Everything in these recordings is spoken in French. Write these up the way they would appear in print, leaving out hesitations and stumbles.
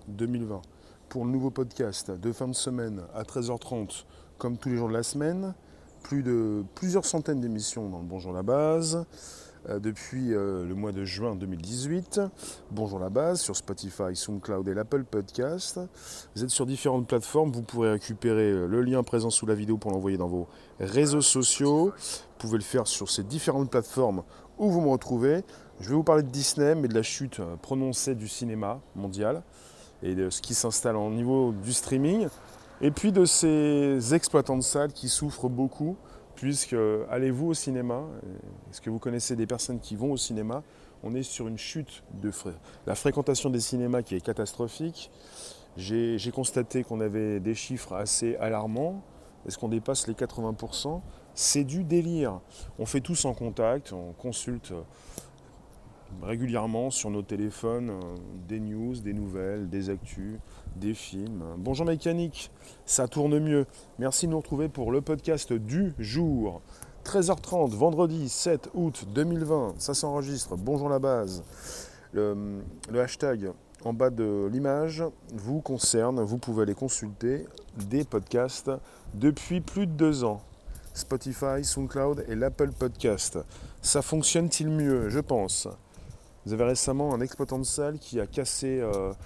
2020 pour le nouveau podcast de fin de semaine à 13h30 comme tous les jours de la semaine. Plusieurs centaines d'émissions dans le Bonjour la base depuis le mois de juin 2018. Bonjour la base sur Spotify, SoundCloud et l'Apple Podcast. Vous êtes sur différentes plateformes, vous pourrez récupérer le lien présent sous la vidéo pour l'envoyer dans vos réseaux sociaux. Vous pouvez le faire sur ces différentes plateformes où vous me retrouvez. Je vais vous parler de Disney, mais de la chute prononcée du cinéma mondial et de ce qui s'installe au niveau du streaming. Et puis de ces exploitants de salles qui souffrent beaucoup, puisque allez-vous au cinéma? Est-ce que vous connaissez des personnes qui vont au cinéma? On est sur une chute de la fréquentation des cinémas qui est catastrophique. J'ai constaté qu'on avait des chiffres assez alarmants. Est-ce qu'on dépasse les 80%? C'est du délire. On fait tous en contact, on consulte régulièrement sur nos téléphones des news, des nouvelles, des actus, des films. Bonjour Mécanique, ça tourne mieux. Merci de nous retrouver pour le podcast du jour. 13h30, vendredi 7 août 2020, ça s'enregistre. Bonjour la base. Le hashtag en bas de l'image vous concerne. Vous pouvez aller consulter des podcasts depuis plus de 2 ans. Spotify, SoundCloud et l'Apple Podcast. Ça fonctionne-t-il mieux? Je pense. Vous avez récemment un exploitant de salle qui a cassé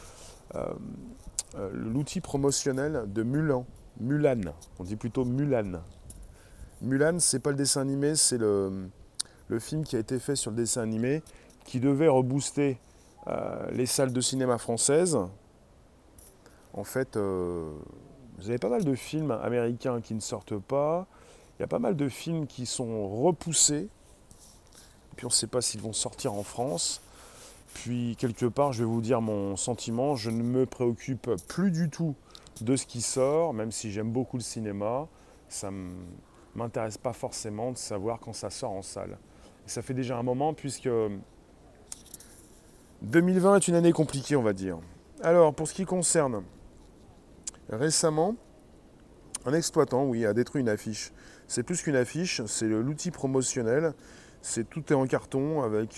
l'outil promotionnel de Mulan. Mulan, on dit plutôt Mulan. Mulan, c'est pas le dessin animé, c'est le film qui a été fait sur le dessin animé qui devait rebooster les salles de cinéma françaises. En fait, vous avez pas mal de films américains qui ne sortent pas. Il y a pas mal de films qui sont repoussés. Et puis on ne sait pas s'ils vont sortir en France. Puis quelque part, je vais vous dire mon sentiment, je ne me préoccupe plus du tout de ce qui sort, même si j'aime beaucoup le cinéma. Ça ne m'intéresse pas forcément de savoir quand ça sort en salle. Et ça fait déjà un moment puisque 2020 est une année compliquée, on va dire. Alors, pour ce qui concerne récemment, un exploitant, oui, a détruit une affiche. C'est plus qu'une affiche, c'est l'outil promotionnel. Tout est en carton avec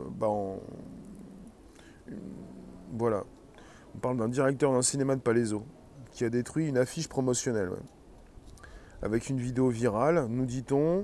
voilà. On parle d'un directeur d'un cinéma de Palaiseau qui a détruit une affiche promotionnelle. Ouais. Avec une vidéo virale, nous dit-on.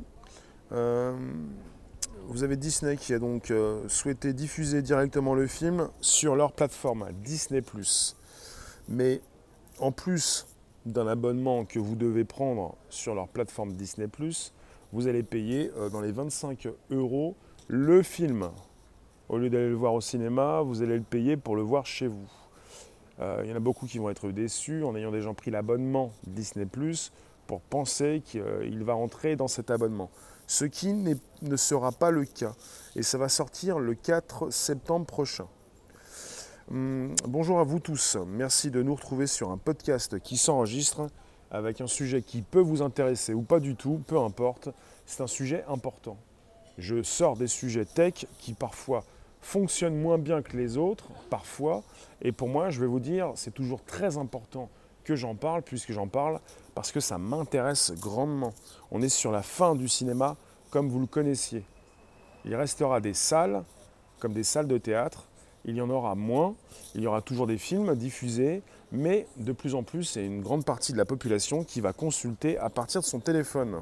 Vous avez Disney qui a donc souhaité diffuser directement le film sur leur plateforme Disney+. Mais en plus d'un abonnement que vous devez prendre sur leur plateforme Disney+, vous allez payer dans les 25 € le film. Au lieu d'aller le voir au cinéma, vous allez le payer pour le voir chez vous. Il y en a beaucoup qui vont être déçus en ayant déjà pris l'abonnement Disney+, pour penser qu'il va entrer dans cet abonnement. Ce qui ne sera pas le cas. Et ça va sortir le 4 septembre prochain. Bonjour à vous tous. Merci de nous retrouver sur un podcast qui s'enregistre avec un sujet qui peut vous intéresser ou pas du tout, peu importe. C'est un sujet important. Je sors des sujets tech qui parfois fonctionnent moins bien que les autres, parfois. Et pour moi, je vais vous dire, c'est toujours très important que j'en parle, puisque j'en parle parce que ça m'intéresse grandement. On est sur la fin du cinéma comme vous le connaissiez. Il restera des salles, comme des salles de théâtre. Il y en aura moins. Il y aura toujours des films diffusés, mais de plus en plus, c'est une grande partie de la population qui va consulter à partir de son téléphone.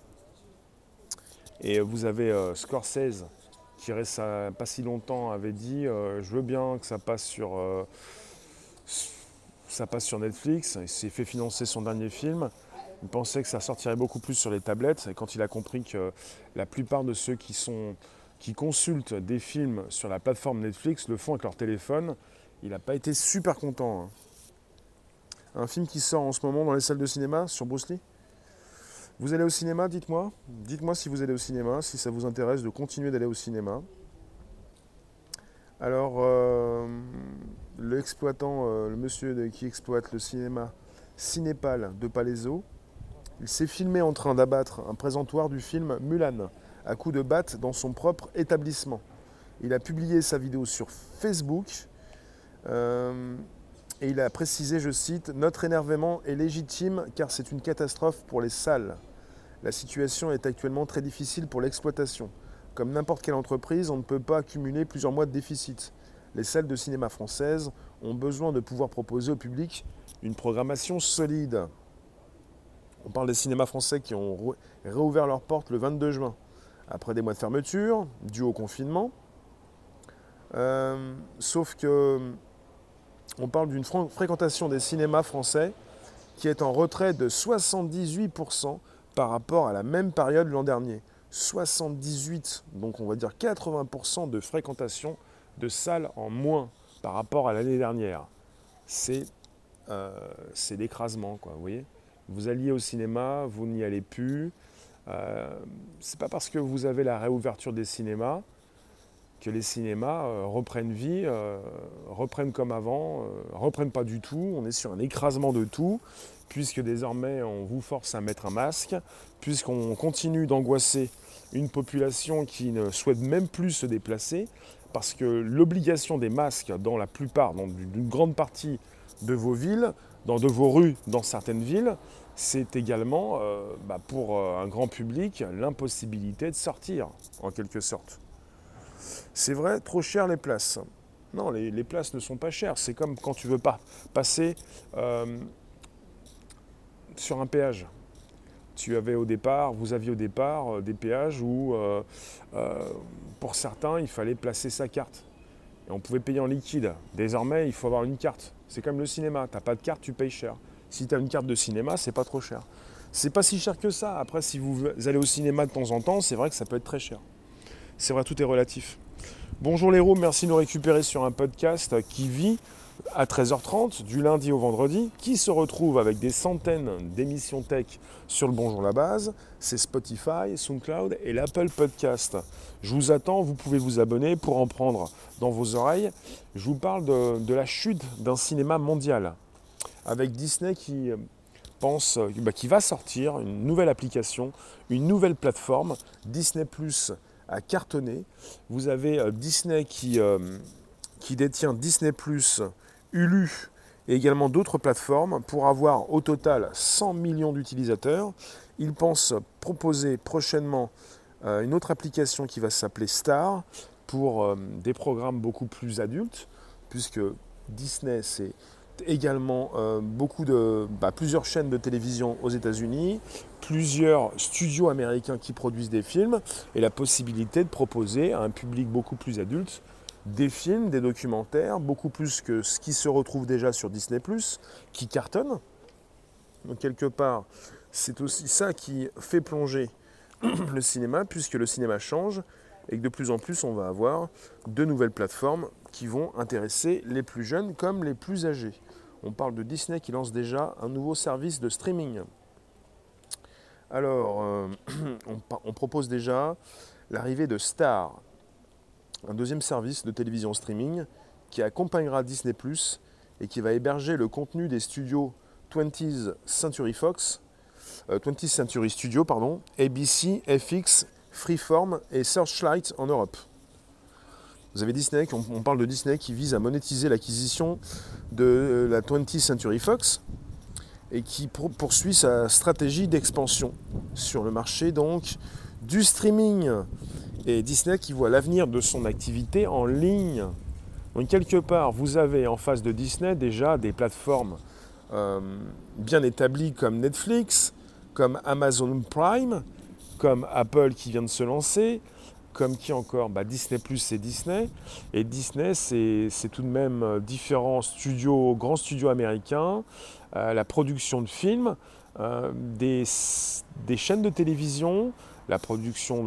Et vous avez Scorsese qui pas si longtemps avait dit je veux bien que ça passe sur Netflix. Il s'est fait financer son dernier film. Il pensait que ça sortirait beaucoup plus sur les tablettes. Et quand il a compris que la plupart de ceux qui consultent des films sur la plateforme Netflix le font avec leur téléphone, il n'a pas été super content. Hein. Un film qui sort en ce moment dans les salles de cinéma sur Bruce Lee. Vous allez au cinéma, dites-moi. Dites-moi si vous allez au cinéma, si ça vous intéresse de continuer d'aller au cinéma. Alors, le monsieur qui exploite le cinéma Cinépal de Palaiseau, il s'est filmé en train d'abattre un présentoir du film Mulan à coups de batte dans son propre établissement. Il a publié sa vidéo sur Facebook et il a précisé, je cite, « Notre énervement est légitime car c'est une catastrophe pour les salles. La situation est actuellement très difficile pour l'exploitation. Comme n'importe quelle entreprise, on ne peut pas accumuler plusieurs mois de déficit. Les salles de cinéma françaises ont besoin de pouvoir proposer au public une programmation solide. On parle des cinémas français qui ont réouvert leurs portes le 22 juin, après des mois de fermeture, dû au confinement. Sauf que on parle d'une fréquentation des cinémas français qui est en retrait de 78% par rapport à la même période l'an dernier. 78, donc on va dire 80% de fréquentation de salles en moins par rapport à l'année dernière. C'est l'écrasement, quoi, vous voyez. Vous alliez au cinéma, vous n'y allez plus. C'est pas parce que vous avez la réouverture des cinémas que les cinémas reprennent vie, reprennent comme avant, reprennent pas du tout. On est sur un écrasement de tout, puisque désormais on vous force à mettre un masque, puisqu'on continue d'angoisser une population qui ne souhaite même plus se déplacer, parce que l'obligation des masques dans la plupart, dans une grande partie de vos villes, de vos rues, dans certaines villes, c'est également pour un grand public l'impossibilité de sortir, en quelque sorte. C'est vrai, trop cher les places. Non, les places ne sont pas chères. C'est comme quand tu veux pas passer sur un péage. Vous aviez au départ des péages où, pour certains, il fallait placer sa carte. Et on pouvait payer en liquide. Désormais, il faut avoir une carte. C'est comme le cinéma. Tu n'as pas de carte, tu payes cher. Si tu as une carte de cinéma, c'est pas trop cher. C'est pas si cher que ça. Après, si vous allez au cinéma de temps en temps, c'est vrai que ça peut être très cher. C'est vrai, tout est relatif. Bonjour les roues, merci de nous récupérer sur un podcast qui vit à 13h30 du lundi au vendredi, qui se retrouve avec des centaines d'émissions tech sur le Bonjour la Base. C'est Spotify, SoundCloud et l'Apple Podcast. Je vous attends, vous pouvez vous abonner pour en prendre dans vos oreilles. Je vous parle de la chute d'un cinéma mondial avec Disney qui qui va sortir une nouvelle application, une nouvelle plateforme, Disney Plus a cartonné. Vous avez Disney qui détient Disney+, Hulu et également d'autres plateformes pour avoir au total 100 millions d'utilisateurs. Ils pensent proposer prochainement une autre application qui va s'appeler Star pour des programmes beaucoup plus adultes, puisque Disney c'est également plusieurs chaînes de télévision aux États-Unis, plusieurs studios américains qui produisent des films et la possibilité de proposer à un public beaucoup plus adulte des films, des documentaires, beaucoup plus que ce qui se retrouve déjà sur Disney+, qui cartonne. Donc quelque part, c'est aussi ça qui fait plonger le cinéma, puisque le cinéma change et que de plus en plus on va avoir de nouvelles plateformes qui vont intéresser les plus jeunes comme les plus âgés. On parle de Disney qui lance déjà un nouveau service de streaming. Alors, on propose déjà l'arrivée de Star, un deuxième service de télévision streaming qui accompagnera Disney+, et qui va héberger le contenu des studios 20th Century Studios, ABC, FX, Freeform et Searchlight en Europe. Vous avez Disney, on parle de Disney qui vise à monétiser l'acquisition de la 20th Century Fox et qui poursuit sa stratégie d'expansion sur le marché donc du streaming. Et Disney qui voit l'avenir de son activité en ligne. Donc quelque part, vous avez en face de Disney déjà des plateformes bien établies comme Netflix, comme Amazon Prime, comme Apple qui vient de se lancer, comme qui encore Disney+, c'est Disney. Et Disney, c'est tout de même différents studios, grands studios américains, la production de films, des chaînes de télévision, la production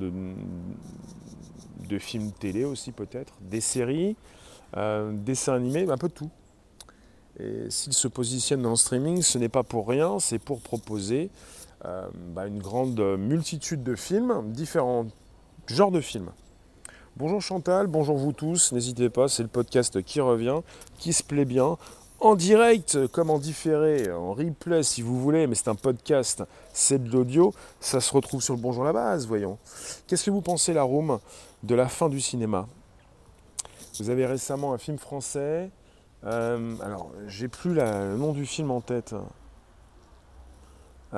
de films télé aussi peut-être, des séries, dessins animés, un peu de tout. Et s'ils se positionnent dans le streaming, ce n'est pas pour rien, c'est pour proposer une grande multitude de films, différents genres de films. Bonjour Chantal, bonjour vous tous, n'hésitez pas, c'est le podcast qui revient, qui se plaît bien, en direct comme en différé, en replay si vous voulez, mais c'est un podcast, c'est de l'audio, ça se retrouve sur le Bonjour la Base, voyons. Qu'est-ce que vous pensez, la room, de la fin du cinéma ? Vous avez récemment un film français, alors j'ai plus le nom du film en tête. Il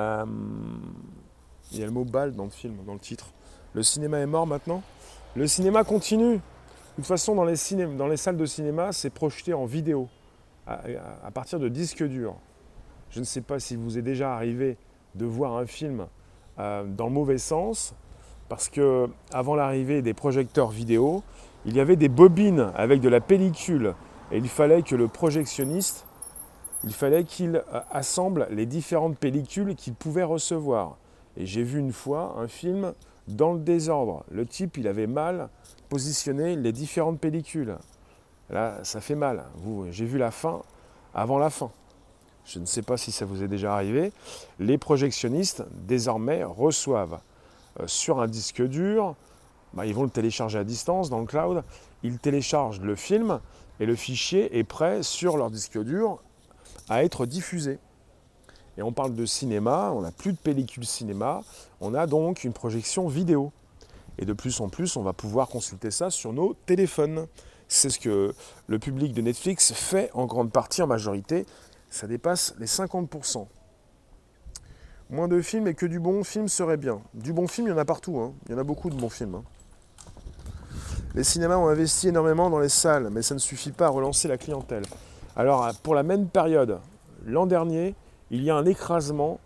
y a le mot balle dans le film, dans le titre. Le cinéma est mort maintenant ? Le cinéma continue. De toute façon, dans les salles de cinéma, c'est projeté en vidéo, à partir de disques durs. Je ne sais pas si vous est déjà arrivé de voir un film dans le mauvais sens, parce que avant l'arrivée des projecteurs vidéo, il y avait des bobines avec de la pellicule, et il fallait que le projectionniste, qu'il assemble les différentes pellicules qu'il pouvait recevoir. Et j'ai vu une fois un film dans le désordre. Le type, il avait mal positionné les différentes pellicules. Là, ça fait mal. J'ai vu la fin avant la fin. Je ne sais pas si ça vous est déjà arrivé. Les projectionnistes, désormais, reçoivent sur un disque dur, ils vont le télécharger à distance dans le cloud, ils téléchargent le film et le fichier est prêt sur leur disque dur à être diffusé. Et on parle de cinéma, on n'a plus de pellicule cinéma, on a donc une projection vidéo. Et de plus en plus, on va pouvoir consulter ça sur nos téléphones. C'est ce que le public de Netflix fait en grande partie, en majorité. Ça dépasse les 50%. Moins de films et que du bon film serait bien. Du bon film, il y en a partout. Hein. Il y en a beaucoup de bons films. Hein. Les cinémas ont investi énormément dans les salles, mais ça ne suffit pas à relancer la clientèle. Alors, pour la même période, l'an dernier, il y a un écrasement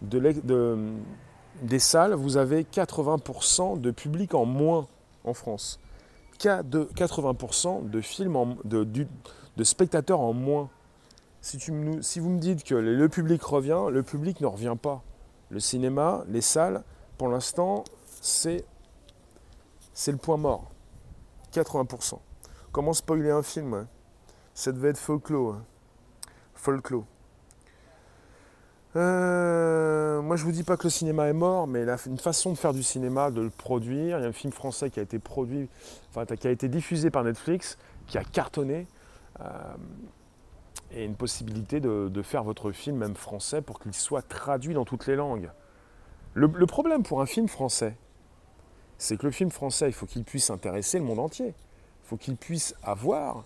des salles. Vous avez 80% de public en moins en France. 80% de films, de spectateurs en moins. Si vous me dites que le public revient, le public ne revient pas. Le cinéma, les salles, pour l'instant, c'est le point mort. 80%. Comment spoiler un film, hein? Ça devait être folklore. Moi, je vous dis pas que le cinéma est mort, mais une façon de faire du cinéma, de le produire. Il y a un film français qui a été qui a été diffusé par Netflix, qui a cartonné. Et une possibilité de faire votre film, même français, pour qu'il soit traduit dans toutes les langues. Le problème pour un film français, c'est que le film français, il faut qu'il puisse intéresser le monde entier. Il faut qu'il puisse avoir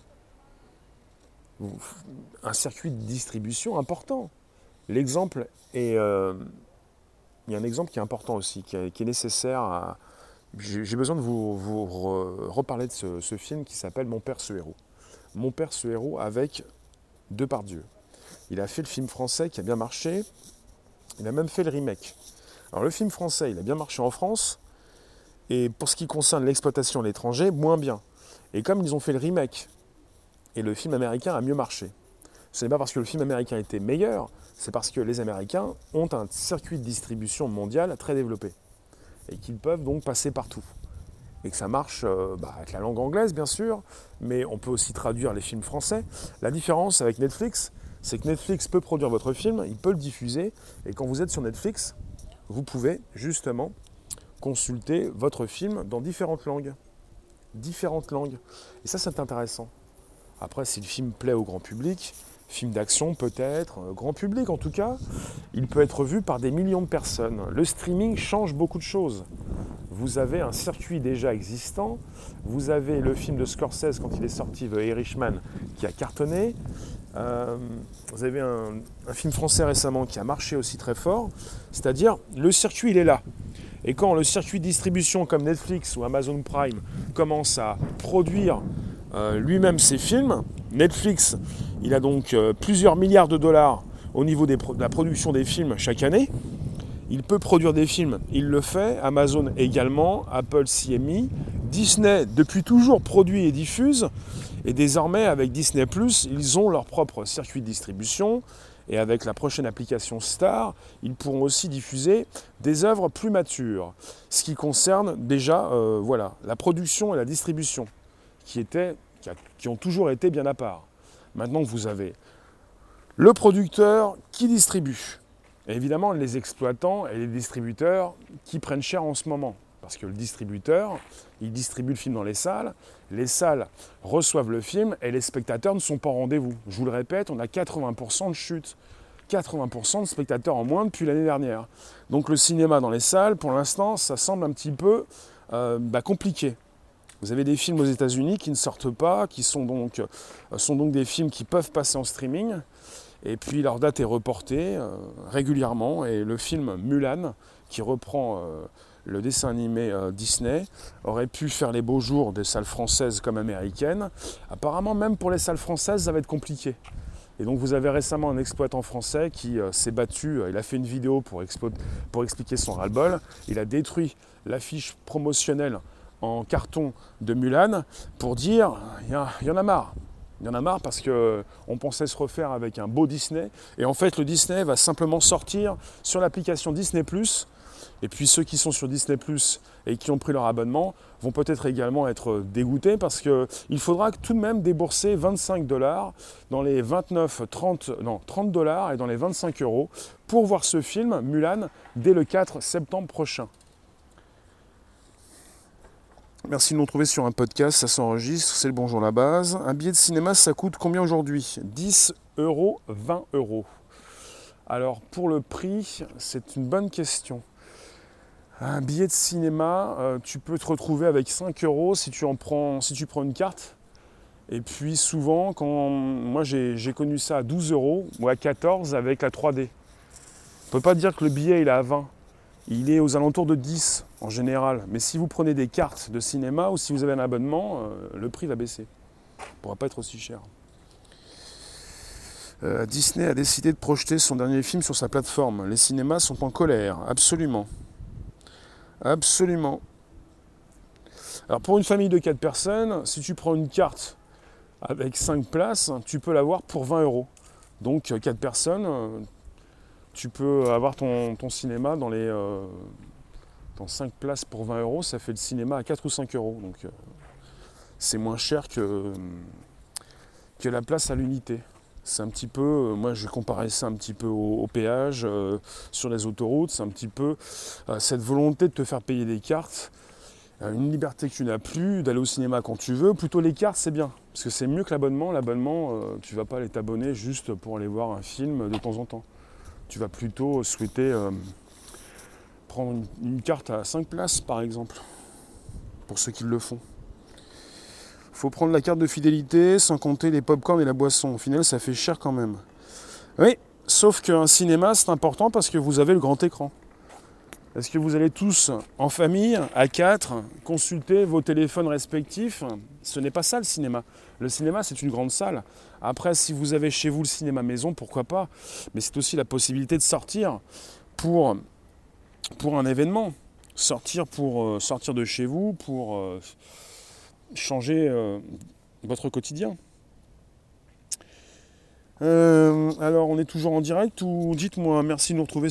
un circuit de distribution important. L'exemple est... il y a un exemple qui est important aussi, qui est nécessaire. J'ai besoin de vous reparler de ce film qui s'appelle Mon père ce héros. Mon père ce héros avec Depardieu. Il a fait le film français qui a bien marché. Il a même fait le remake. Alors le film français, il a bien marché en France. Et pour ce qui concerne l'exploitation à l'étranger, moins bien. Et comme ils ont fait le remake, et le film américain a mieux marché. Ce n'est pas parce que le film américain était meilleur, c'est parce que les Américains ont un circuit de distribution mondial très développé. Et qu'ils peuvent donc passer partout. Et que ça marche avec la langue anglaise, bien sûr, mais on peut aussi traduire les films français. La différence avec Netflix, c'est que Netflix peut produire votre film, il peut le diffuser, et quand vous êtes sur Netflix, vous pouvez justement consulter votre film dans différentes langues. Et ça, c'est intéressant. Après, si le film plaît au grand public, film d'action peut-être, grand public en tout cas, il peut être vu par des millions de personnes. Le streaming change beaucoup de choses. Vous avez un circuit déjà existant, vous avez le film de Scorsese quand il est sorti, The Irishman, qui a cartonné, vous avez un film français récemment qui a marché aussi très fort, c'est-à-dire le circuit il est là. Et quand le circuit de distribution comme Netflix ou Amazon Prime commence à produire lui-même ses films, Netflix il a donc plusieurs milliards de dollars au niveau de la production des films chaque année. Il peut produire des films, il le fait, Amazon également, Apple CMI, Disney depuis toujours produit et diffuse, et désormais avec Disney+, ils ont leur propre circuit de distribution, et avec la prochaine application Star, ils pourront aussi diffuser des œuvres plus matures, ce qui concerne déjà la production et la distribution, qui ont toujours été bien à part. Maintenant que vous avez le producteur qui distribue, et évidemment, les exploitants et les distributeurs qui prennent cher en ce moment. Parce que le distributeur, il distribue le film dans les salles reçoivent le film et les spectateurs ne sont pas au rendez-vous. Je vous le répète, on a 80% de chute. 80% de spectateurs en moins depuis l'année dernière. Donc le cinéma dans les salles, pour l'instant, ça semble un petit peu compliqué. Vous avez des films aux États-Unis qui ne sortent pas, qui sont donc des films qui peuvent passer en streaming. Et puis leur date est reportée régulièrement. Et le film Mulan, qui reprend le dessin animé Disney aurait pu faire les beaux jours des salles françaises comme américaines. Apparemment, même pour les salles françaises, ça va être compliqué. Et donc vous avez récemment un exploitant français qui s'est battu, il a fait une vidéo pour expliquer son ras-le-bol. Il a détruit l'affiche promotionnelle en carton de Mulan pour dire il y en a marre. Il y en a marre parce qu'on pensait se refaire avec un beau Disney. Et en fait, le Disney va simplement sortir sur l'application Disney+. Et puis ceux qui sont sur Disney+, et qui ont pris leur abonnement, vont peut-être également être dégoûtés parce qu'il faudra tout de même débourser 25 $ dans les 30 $ et dans les 25 € pour voir ce film, Mulan, dès le 4 septembre prochain. Merci de nous retrouver sur un podcast, ça s'enregistre, c'est le Bonjour la base. Un billet de cinéma, ça coûte combien aujourd'hui ? 10 €, 20 €. Alors pour le prix, c'est une bonne question. Un billet de cinéma, tu peux te retrouver avec 5 € si tu prends une carte. Et puis souvent, moi j'ai connu ça à 12 € ou à 14 € avec la 3D. On ne peut pas dire que le billet il est à 20. Il est aux alentours de 10 en général. Mais si vous prenez des cartes de cinéma ou si vous avez un abonnement, le prix va baisser. Il ne pourra pas être aussi cher. Disney a décidé de projeter son dernier film sur sa plateforme. Les cinémas sont en colère, absolument. Absolument. Alors pour une famille de 4 personnes, si tu prends une carte avec 5 places, tu peux l'avoir pour 20 €. Donc 4 personnes, tu peux avoir ton cinéma dans 5 places pour 20 €, ça fait le cinéma à 4 ou 5 €. Donc c'est moins cher que la place à l'unité. C'est un petit peu, moi je comparais ça un petit peu au péage sur les autoroutes, c'est un petit peu cette volonté de te faire payer des cartes, une liberté que tu n'as plus, d'aller au cinéma quand tu veux. Plutôt les cartes c'est bien, parce que c'est mieux que l'abonnement. L'abonnement, tu vas pas aller t'abonner juste pour aller voir un film de temps en temps. Tu vas plutôt souhaiter prendre une carte à 5 places par exemple, pour ceux qui le font. Il faut prendre la carte de fidélité sans compter les pop-corn et la boisson. Au final, ça fait cher quand même. Oui, sauf qu'un cinéma, c'est important parce que vous avez le grand écran. Est-ce que vous allez tous, en famille, à 4, consulter vos téléphones respectifs ? Ce n'est pas ça le cinéma. Le cinéma, c'est une grande salle. Après, si vous avez chez vous le cinéma maison, pourquoi pas ? Mais c'est aussi la possibilité de sortir pour un événement. Sortir pour sortir de chez vous, pour changer votre quotidien. Alors, on est toujours en direct ou dites-moi, merci de nous retrouver